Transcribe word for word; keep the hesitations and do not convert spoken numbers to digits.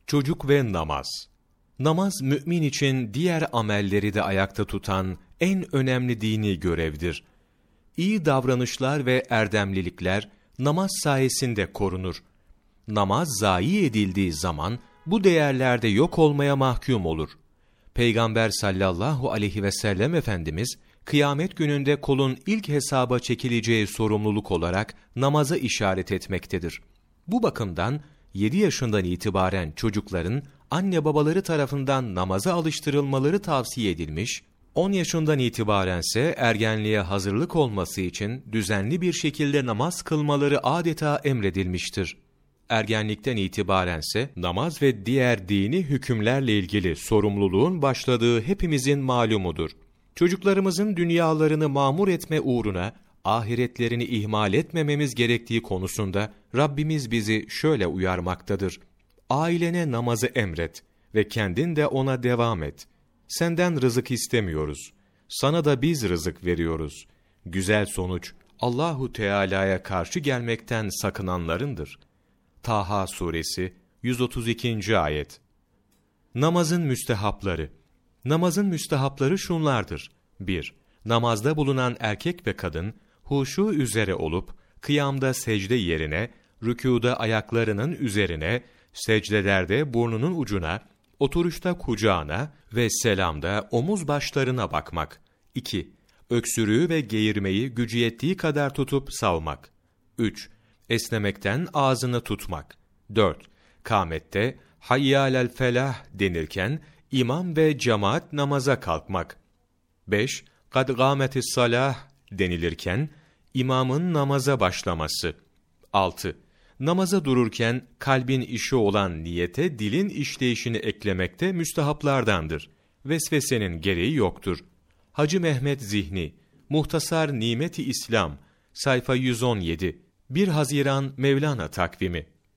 Çocuk ve namaz. Namaz, mümin için diğer amelleri de ayakta tutan en önemli dini görevdir. İyi davranışlar ve erdemlilikler namaz sayesinde korunur. Namaz zayi edildiği zaman bu değerler de yok olmaya mahkum olur. Peygamber sallallahu aleyhi ve sellem Efendimiz, kıyamet gününde kulun ilk hesaba çekileceği sorumluluk olarak namaza işaret etmektedir. Bu bakımdan yedi yaşından itibaren çocukların anne babaları tarafından namaza alıştırılmaları tavsiye edilmiş, on yaşından itibarense ergenliğe hazırlık olması için düzenli bir şekilde namaz kılmaları adeta emredilmiştir. Ergenlikten itibarense namaz ve diğer dini hükümlerle ilgili sorumluluğun başladığı hepimizin malumudur. Çocuklarımızın dünyalarını mamur etme uğruna ahiretlerini ihmal etmememiz gerektiği konusunda Rabbimiz bizi şöyle uyarmaktadır. Ailene namazı emret ve kendin de ona devam et. Senden rızık istemiyoruz. Sana da biz rızık veriyoruz. Güzel sonuç Allahu Teala'ya karşı gelmekten sakınanlarındır. Taha Suresi yüz otuz ikinci ayet. Namazın müstehapları. Namazın müstehapları şunlardır. bir. Namazda bulunan erkek ve kadın, huşu üzere olup, kıyamda secde yerine, rükûda ayaklarının üzerine, secdelerde burnunun ucuna, oturuşta kucağına ve selamda omuz başlarına bakmak. iki. Öksürüğü ve geğirmeyi gücü yettiği kadar tutup savmak. üç. Esnemekten ağzını tutmak. dört. Kâmette hayyâlel felah denirken imam ve cemaat namaza kalkmak. beş. Kad gâmetis salah denilirken imamın namaza başlaması. altı. Namaza dururken kalbin işi olan niyete dilin işleyişini eklemekte müstehaplardandır. Vesvesenin gereği yoktur. Hacı Mehmet Zihni, Muhtasar Nimet-i İslam, sayfa yüz on yedi. bir Haziran Mevlana takvimi.